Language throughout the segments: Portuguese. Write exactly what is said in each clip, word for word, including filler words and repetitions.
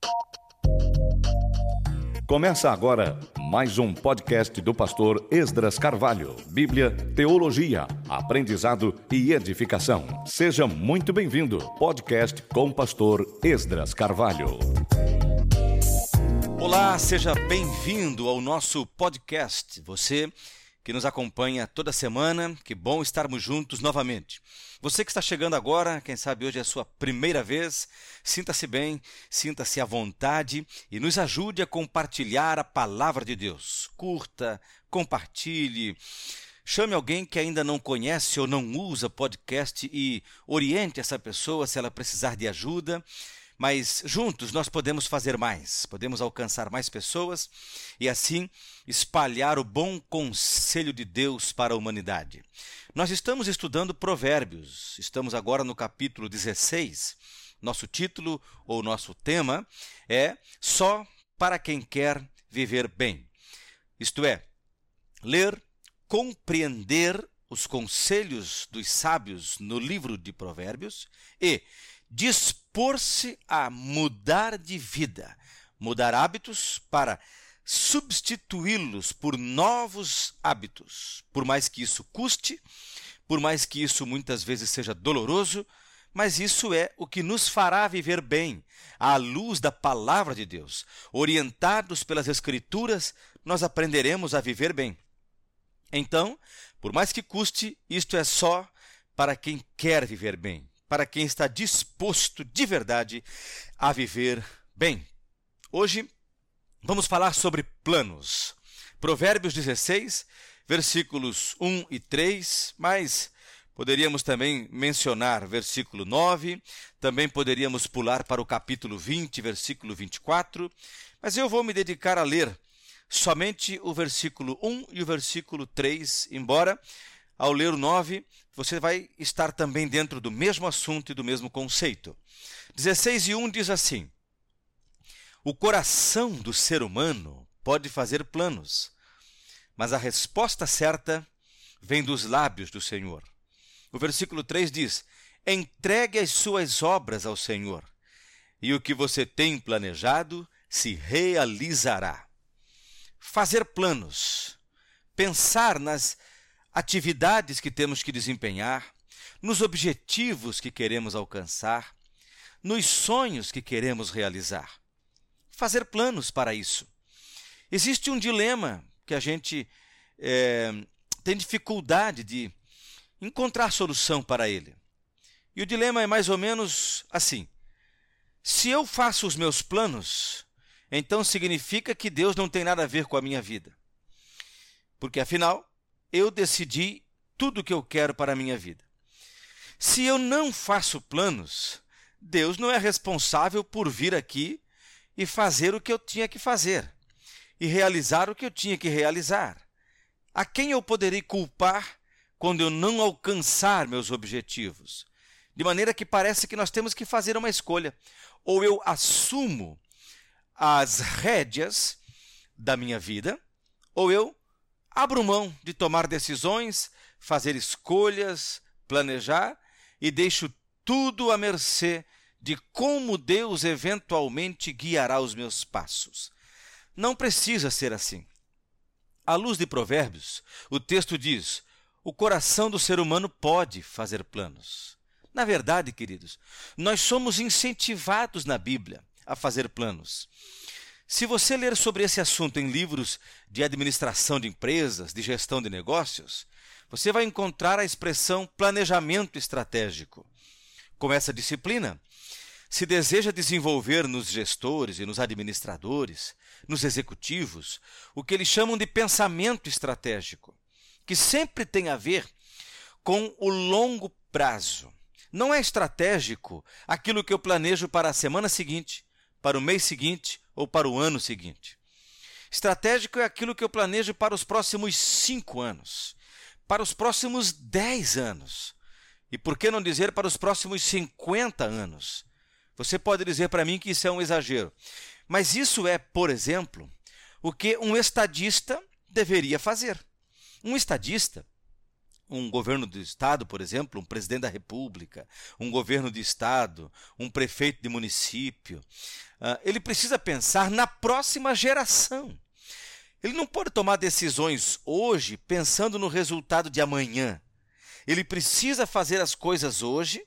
Começa agora mais um podcast do pastor Esdras Carvalho. Bíblia, teologia, aprendizado e edificação. Seja muito bem-vindo. Podcast com o pastor Esdras Carvalho. Olá, seja bem-vindo ao nosso podcast. Você que nos acompanha toda semana, que bom estarmos juntos novamente. Você que está chegando agora, quem sabe hoje é a sua primeira vez, sinta-se bem, sinta-se à vontade e nos ajude a compartilhar a palavra de Deus. Curta, compartilhe, chame alguém que ainda não conhece ou não usa podcast e oriente essa pessoa se ela precisar de ajuda. Mas juntos nós podemos fazer mais, podemos alcançar mais pessoas e assim espalhar o bom conselho de Deus para a humanidade. Nós estamos estudando Provérbios, estamos agora no capítulo dezesseis. Nosso título ou nosso tema é Só para quem quer viver bem. Isto é, ler, compreender os conselhos dos sábios no livro de Provérbios e dispor-se a mudar de vida, mudar hábitos para substituí-los por novos hábitos. Por mais que isso custe, por mais que isso muitas vezes seja doloroso, mas isso é o que nos fará viver bem, à luz da palavra de Deus. Orientados pelas Escrituras, nós aprenderemos a viver bem. Então, por mais que custe, isto é só para quem quer viver bem, para quem está disposto de verdade a viver bem. Hoje vamos falar sobre planos. Provérbios dezesseis, versículos um e três, mas poderíamos também mencionar versículo nove, também poderíamos pular para o capítulo vinte, versículo vinte e quatro, mas eu vou me dedicar a ler somente o versículo um e o versículo três, embora ao ler o nove, você vai estar também dentro do mesmo assunto e do mesmo conceito. dezesseis e um diz assim: o coração do ser humano pode fazer planos, mas a resposta certa vem dos lábios do Senhor. O versículo três diz: entregue as suas obras ao Senhor, e o que você tem planejado se realizará. Fazer planos, pensar nas atividades que temos que desempenhar, nos objetivos que queremos alcançar, nos sonhos que queremos realizar. Fazer planos para isso. Existe um dilema que a gente é, tem dificuldade de encontrar solução para ele. E o dilema é mais ou menos assim: se eu faço os meus planos, então significa que Deus não tem nada a ver com a minha vida. Porque afinal, eu decidi tudo o que eu quero para a minha vida. Se eu não faço planos, Deus não é responsável por vir aqui e fazer o que eu tinha que fazer, e realizar o que eu tinha que realizar. A quem eu poderei culpar quando eu não alcançar meus objetivos? De maneira que parece que nós temos que fazer uma escolha. Ou eu assumo as rédeas da minha vida, ou eu abro mão de tomar decisões, fazer escolhas, planejar e deixo tudo à mercê de como Deus eventualmente guiará os meus passos. Não precisa ser assim. À luz de Provérbios, o texto diz: o coração do ser humano pode fazer planos. Na verdade, queridos, nós somos incentivados na Bíblia a fazer planos. Se você ler sobre esse assunto em livros de administração de empresas, de gestão de negócios, você vai encontrar a expressão planejamento estratégico. Com essa disciplina, se deseja desenvolver nos gestores e nos administradores, nos executivos, o que eles chamam de pensamento estratégico, que sempre tem a ver com o longo prazo. Não é estratégico aquilo que eu planejo para a semana seguinte, para o mês seguinte ou para o ano seguinte. Estratégico é aquilo que eu planejo para os próximos cinco anos, para os próximos dez anos, e por que não dizer para os próximos cinquenta anos? Você pode dizer para mim que isso é um exagero, mas isso é, por exemplo, o que um estadista deveria fazer. Um estadista um governo do estado, por exemplo, um presidente da república, um governo de estado, um prefeito de município, uh, ele precisa pensar na próxima geração. Ele não pode tomar decisões hoje pensando no resultado de amanhã. Ele precisa fazer as coisas hoje,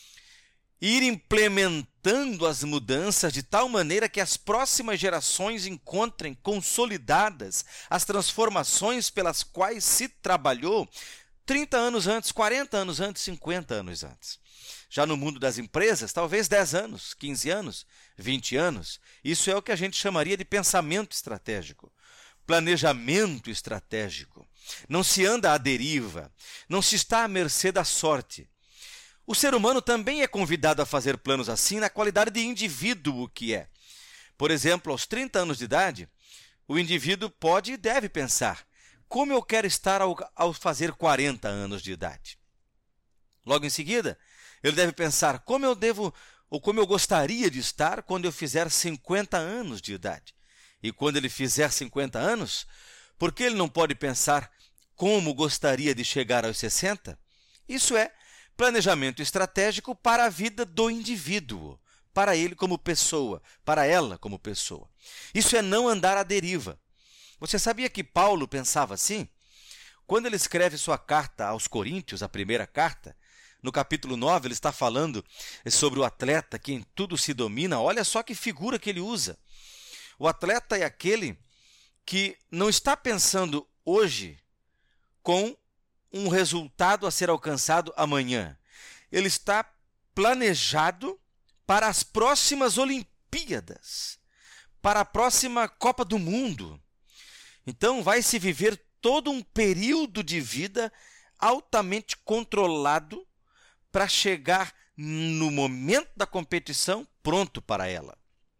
ir implementando as mudanças de tal maneira que as próximas gerações encontrem consolidadas as transformações pelas quais se trabalhou trinta anos antes, quarenta anos antes, cinquenta anos antes. Já no mundo das empresas, talvez dez anos, quinze anos, vinte anos. Isso é o que a gente chamaria de pensamento estratégico, planejamento estratégico. Não se anda à deriva, não se está à mercê da sorte. O ser humano também é convidado a fazer planos assim na qualidade de indivíduo que é. Por exemplo, aos trinta anos de idade, o indivíduo pode e deve pensar: como eu quero estar ao, ao fazer quarenta anos de idade? Logo em seguida, ele deve pensar: como eu devo, ou como eu gostaria de estar quando eu fizer cinquenta anos de idade? E quando ele fizer cinquenta anos, por que ele não pode pensar como gostaria de chegar aos sessenta? Isso é planejamento estratégico para a vida do indivíduo, para ele como pessoa, para ela como pessoa. Isso é não andar à deriva. Você sabia que Paulo pensava assim? Quando ele escreve sua carta aos Coríntios, a primeira carta, no capítulo nove, ele está falando sobre o atleta que em tudo se domina. Olha só que figura que ele usa. O atleta é aquele que não está pensando hoje com um resultado a ser alcançado amanhã. Ele está planejado para as próximas Olimpíadas, para a próxima Copa do Mundo. Então vai se viver todo um período de vida altamente controlado para chegar no momento da competição pronto para ela.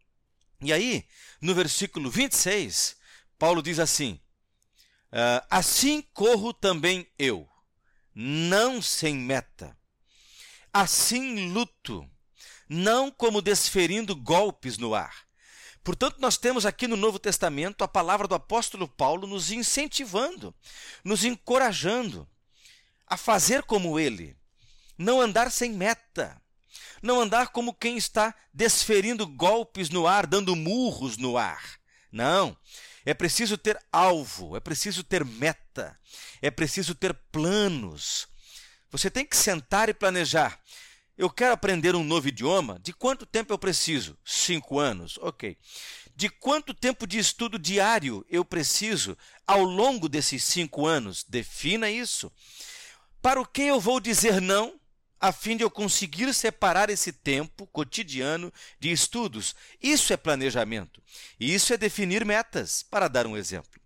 E aí, no versículo vinte e seis, Paulo diz assim: Uh, assim corro também eu, não sem meta. Assim luto, não como desferindo golpes no ar. Portanto, nós temos aqui no Novo Testamento a palavra do apóstolo Paulo nos incentivando, nos encorajando a fazer como ele, não andar sem meta, não andar como quem está desferindo golpes no ar, dando murros no ar. Não. É preciso ter alvo, é preciso ter meta, é preciso ter planos. Você tem que sentar e planejar. Eu quero aprender um novo idioma. De quanto tempo eu preciso? Cinco anos. Ok. De quanto tempo de estudo diário eu preciso ao longo desses cinco anos? Defina isso. Para o que eu vou dizer não, a fim de eu conseguir separar esse tempo cotidiano de estudos? Isso é planejamento. E isso é definir metas, para dar um exemplo.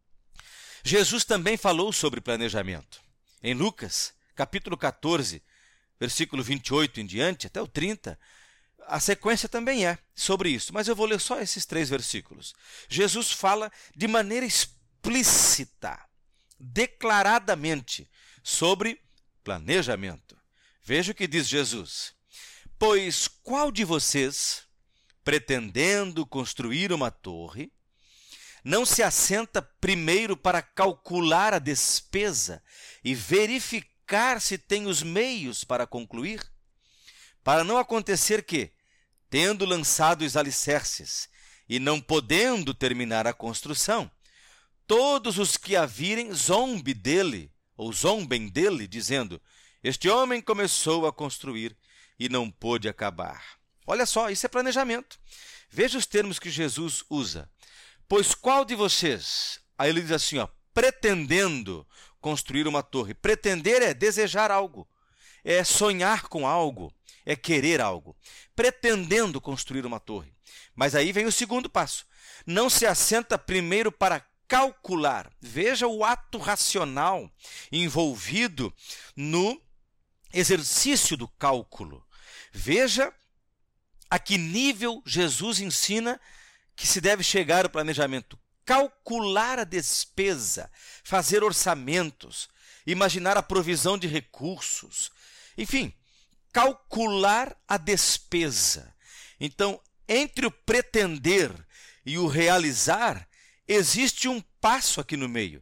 Jesus também falou sobre planejamento. Em Lucas, capítulo catorze, versículo vinte e oito em diante, até o trinta, a sequência também é sobre isso, mas eu vou ler só esses três versículos. Jesus fala de maneira explícita, declaradamente, sobre planejamento. Veja o que diz Jesus: pois qual de vocês, pretendendo construir uma torre, não se assenta primeiro para calcular a despesa e verificar se tem os meios para concluir? Para não acontecer que, tendo lançado os alicerces e não podendo terminar a construção, todos os que a virem zombe dele, ou zombem dele, dizendo: este homem começou a construir e não pôde acabar. Olha só, isso é planejamento. Veja os termos que Jesus usa. Pois qual de vocês? Aí ele diz assim, ó, pretendendo construir uma torre. Pretender é desejar algo, é sonhar com algo, é querer algo. Pretendendo construir uma torre. Mas aí vem o segundo passo. Não se assenta primeiro para calcular. Veja o ato racional envolvido no exercício do cálculo. Veja a que nível Jesus ensina que se deve chegar ao planejamento. Calcular a despesa, fazer orçamentos, imaginar a provisão de recursos. Enfim, calcular a despesa. Então, entre o pretender e o realizar, existe um passo aqui no meio,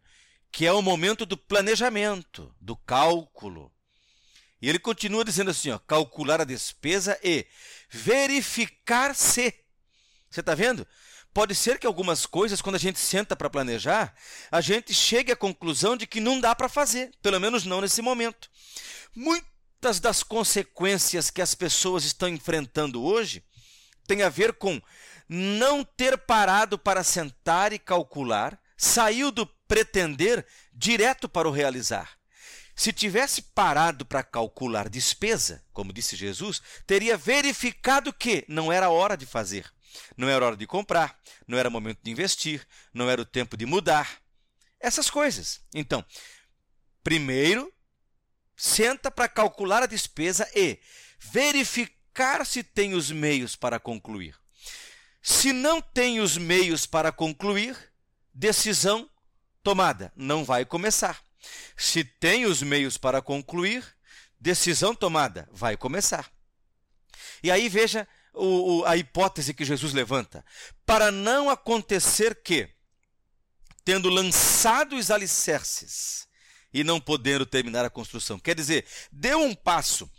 que é o momento do planejamento, do cálculo. E ele continua dizendo assim, ó, calcular a despesa e verificar se. Você está vendo? Pode ser que algumas coisas, quando a gente senta para planejar, a gente chegue à conclusão de que não dá para fazer, pelo menos não nesse momento. Muitas das consequências que as pessoas estão enfrentando hoje têm a ver com não ter parado para sentar e calcular, saiu do pretender direto para o realizar. Se tivesse parado para calcular despesa, como disse Jesus, teria verificado que não era hora de fazer. Não era hora de comprar, não era momento de investir, não era o tempo de mudar. Essas coisas. Então, primeiro, senta para calcular a despesa e verificar se tem os meios para concluir. Se não tem os meios para concluir, decisão tomada, não vai começar. Se tem os meios para concluir, decisão tomada, vai começar. E aí veja o, o, a hipótese que Jesus levanta. Para não acontecer que, tendo lançado os alicerces e não podendo terminar a construção, quer dizer, deu um passo.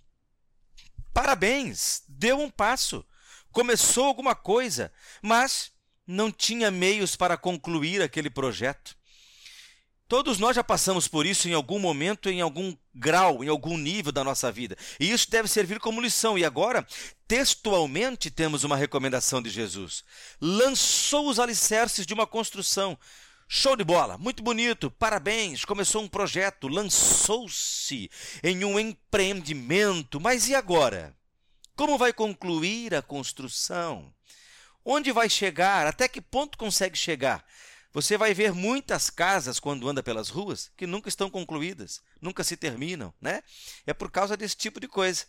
Parabéns, deu um passo. Começou alguma coisa, mas não tinha meios para concluir aquele projeto. Todos nós já passamos por isso em algum momento, em algum grau, em algum nível da nossa vida. E isso deve servir como lição. E agora, textualmente, temos uma recomendação de Jesus. Lançou os alicerces de uma construção. Show de bola, muito bonito, parabéns, começou um projeto, lançou-se em um empreendimento. Mas e agora? Como vai concluir a construção? Onde vai chegar? Até que ponto consegue chegar? Você vai ver muitas casas, quando anda pelas ruas, que nunca estão concluídas, nunca se terminam, né? É por causa desse tipo de coisa.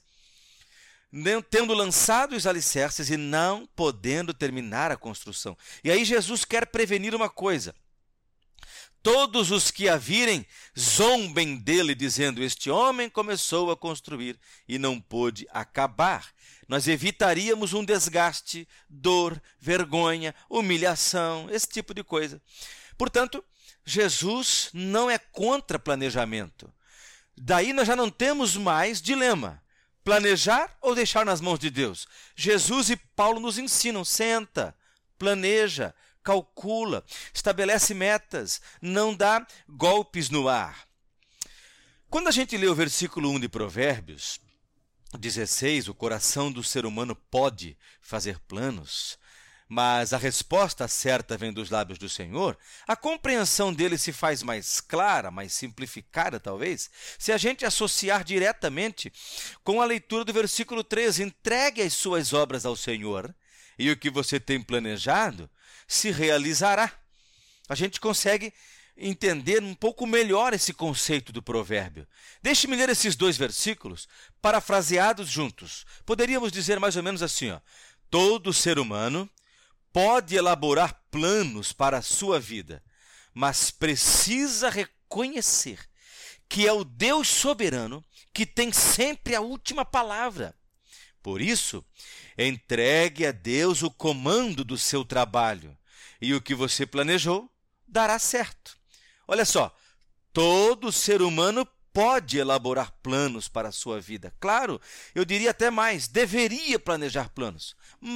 Tendo lançado os alicerces e não podendo terminar a construção. E aí Jesus quer prevenir uma coisa. Todos os que a virem zombem dele, dizendo, este homem começou a construir e não pôde acabar. Nós evitaríamos um desgaste, dor, vergonha, humilhação, esse tipo de coisa. Portanto, Jesus não é contra planejamento. Daí nós já não temos mais dilema. Planejar ou deixar nas mãos de Deus? Jesus e Paulo nos ensinam, senta, planeja, calcula, estabelece metas, não dá golpes no ar. Quando a gente lê o versículo um de Provérbios dezesseis, o coração do ser humano pode fazer planos, mas a resposta certa vem dos lábios do Senhor, a compreensão dele se faz mais clara, mais simplificada talvez, se a gente associar diretamente com a leitura do versículo treze, entregue as suas obras ao Senhor, e o que você tem planejado se realizará. A gente consegue entender um pouco melhor esse conceito do provérbio. Deixe-me ler esses dois versículos, parafraseados juntos. Poderíamos dizer mais ou menos assim, ó, todo ser humano pode elaborar planos para a sua vida, mas precisa reconhecer que é o Deus soberano que tem sempre a última palavra. Por isso, entregue a Deus o comando do seu trabalho, e o que você planejou dará certo. Olha só, todo ser humano pode elaborar planos para a sua vida. Claro, eu diria até mais, deveria planejar planos,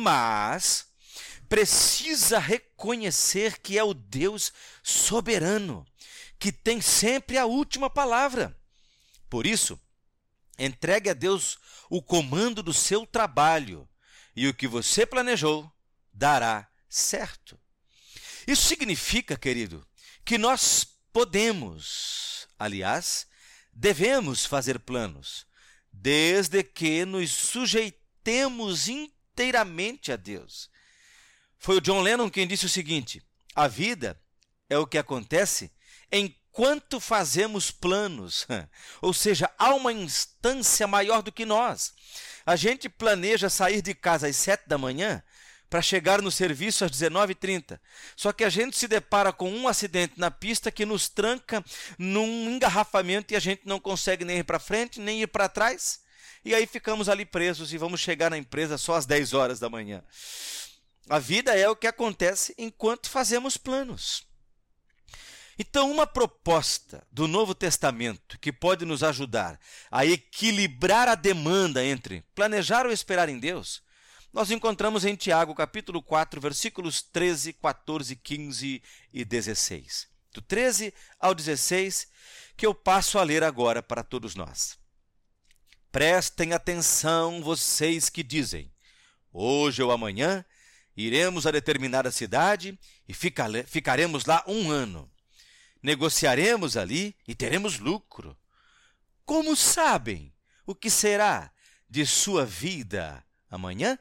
mas precisa reconhecer que é o Deus soberano, que tem sempre a última palavra. Por isso, entregue a Deus o comando do seu trabalho, e o que você planejou dará certo. Isso significa, querido, que nós podemos, aliás, devemos fazer planos, desde que nos sujeitemos inteiramente a Deus. Foi o John Lennon quem disse o seguinte, a vida é o que acontece enquanto fazemos planos, ou seja, há uma instância maior do que nós. A gente planeja sair de casa às sete da manhã para chegar no serviço às dezenove e trinta. Só que a gente se depara com um acidente na pista que nos tranca num engarrafamento e a gente não consegue nem ir para frente, nem ir para trás. E aí ficamos ali presos e vamos chegar na empresa só às dez horas da manhã. A vida é o que acontece enquanto fazemos planos. Então, uma proposta do Novo Testamento que pode nos ajudar a equilibrar a demanda entre planejar ou esperar em Deus, nós encontramos em Tiago, capítulo quatro, versículos treze, quatorze, quinze e dezesseis. Do treze ao dezesseis, que eu passo a ler agora para todos nós. Prestem atenção, vocês que dizem: hoje ou amanhã iremos a determinada cidade e ficaremos lá um ano. Negociaremos ali e teremos lucro. Como sabem o que será de sua vida amanhã?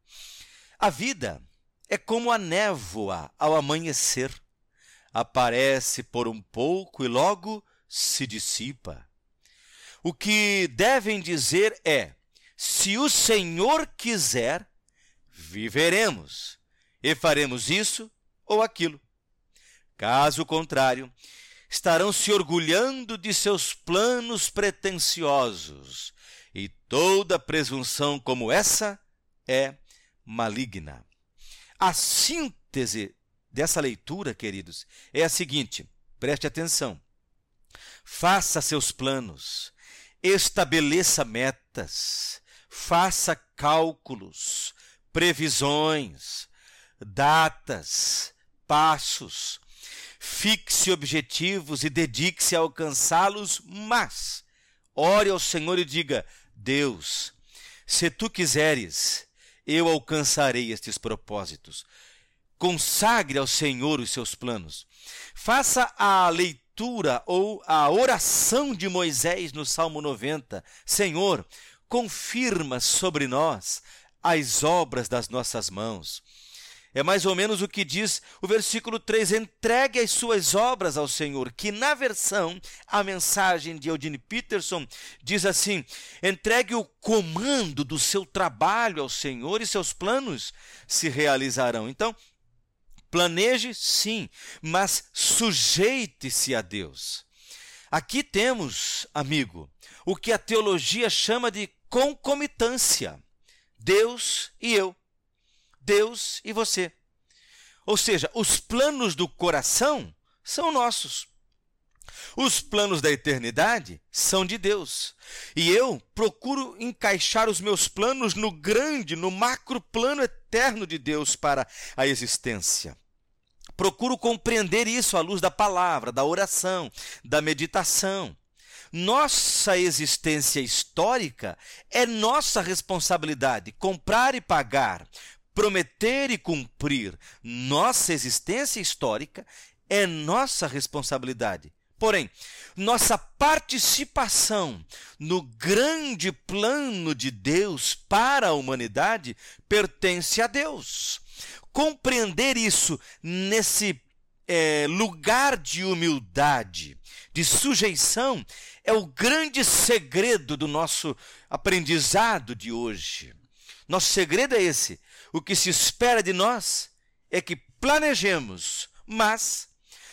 A vida é como a névoa ao amanhecer. Aparece por um pouco e logo se dissipa. O que devem dizer é: se o Senhor quiser, viveremos e faremos isso ou aquilo. Caso contrário, estarão se orgulhando de seus planos pretensiosos, e toda presunção como essa é maligna. A síntese dessa leitura, queridos, é a seguinte: preste atenção. Faça seus planos, estabeleça metas, faça cálculos, previsões, datas, passos. Fixe objetivos e dedique-se a alcançá-los, mas ore ao Senhor e diga: Deus, se tu quiseres, eu alcançarei estes propósitos. Consagre ao Senhor os seus planos. Faça a leitura ou a oração de Moisés no Salmo noventa. Senhor, confirma sobre nós as obras das nossas mãos. É mais ou menos o que diz o versículo três, entregue as suas obras ao Senhor, que na versão, a mensagem de Eugene Peterson, diz assim: entregue o comando do seu trabalho ao Senhor e seus planos se realizarão. Então, planeje sim, mas sujeite-se a Deus. Aqui temos, amigo, o que a teologia chama de concomitância. Deus e eu. Deus e você. Ou seja, os planos do coração são nossos. Os planos da eternidade são de Deus. E eu procuro encaixar os meus planos no grande, no macro plano eterno de Deus para a existência. Procuro compreender isso à luz da palavra, da oração, da meditação. Nossa existência histórica é nossa responsabilidade. Comprar e pagar, prometer e cumprir. Nossa existência histórica é nossa responsabilidade. Porém, nossa participação no grande plano de Deus para a humanidade pertence a Deus. Compreender isso nesse é, lugar de humildade, de sujeição, é o grande segredo do nosso aprendizado de hoje. Nosso segredo é esse. O que se espera de nós é que planejemos, mas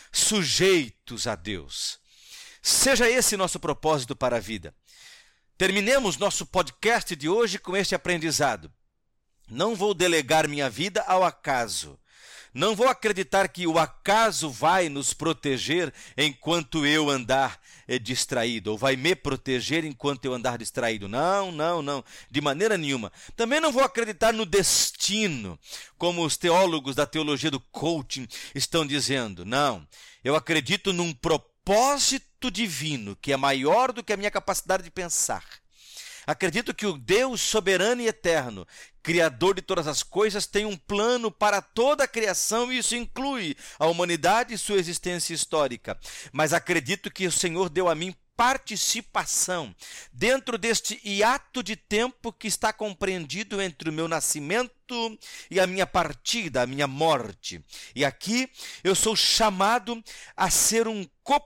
sujeitos a Deus. Seja esse nosso propósito para a vida. Terminemos nosso podcast de hoje com este aprendizado. Não vou delegar minha vida ao acaso. Não vou acreditar que o acaso vai nos proteger enquanto eu andar eh, distraído, ou vai me proteger enquanto eu andar distraído. Não, não, não, de maneira nenhuma. Também não vou acreditar no destino, como os teólogos da teologia do coaching estão dizendo. Não, eu acredito num propósito divino que é maior do que a minha capacidade de pensar. Acredito que o Deus soberano e eterno, Criador de todas as coisas, tem um plano para toda a criação e isso inclui a humanidade e sua existência histórica. Mas acredito que o Senhor deu a mim participação dentro deste hiato de tempo que está compreendido entre o meu nascimento e a minha partida, a minha morte. E aqui eu sou chamado a ser um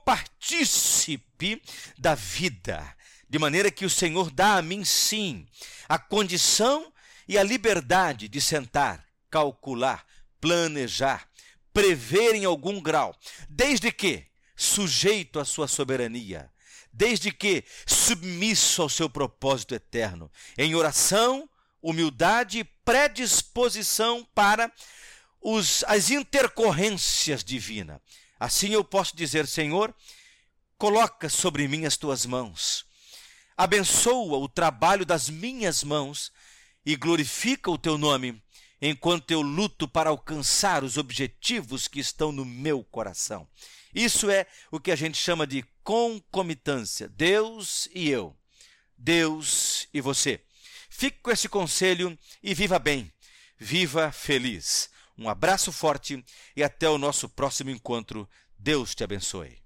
copartícipe da vida. De maneira que o Senhor dá a mim, sim, a condição e a liberdade de sentar, calcular, planejar, prever em algum grau, desde que sujeito à sua soberania, desde que submisso ao seu propósito eterno, em oração, humildade e predisposição para os, as intercorrências divinas. Assim eu posso dizer: Senhor, coloca sobre mim as tuas mãos, abençoa o trabalho das minhas mãos e glorifica o teu nome, enquanto eu luto para alcançar os objetivos que estão no meu coração. Isso é o que a gente chama de concomitância. Deus e eu, Deus e você. Fique com esse conselho e viva bem, viva feliz. Um abraço forte e até o nosso próximo encontro. Deus te abençoe.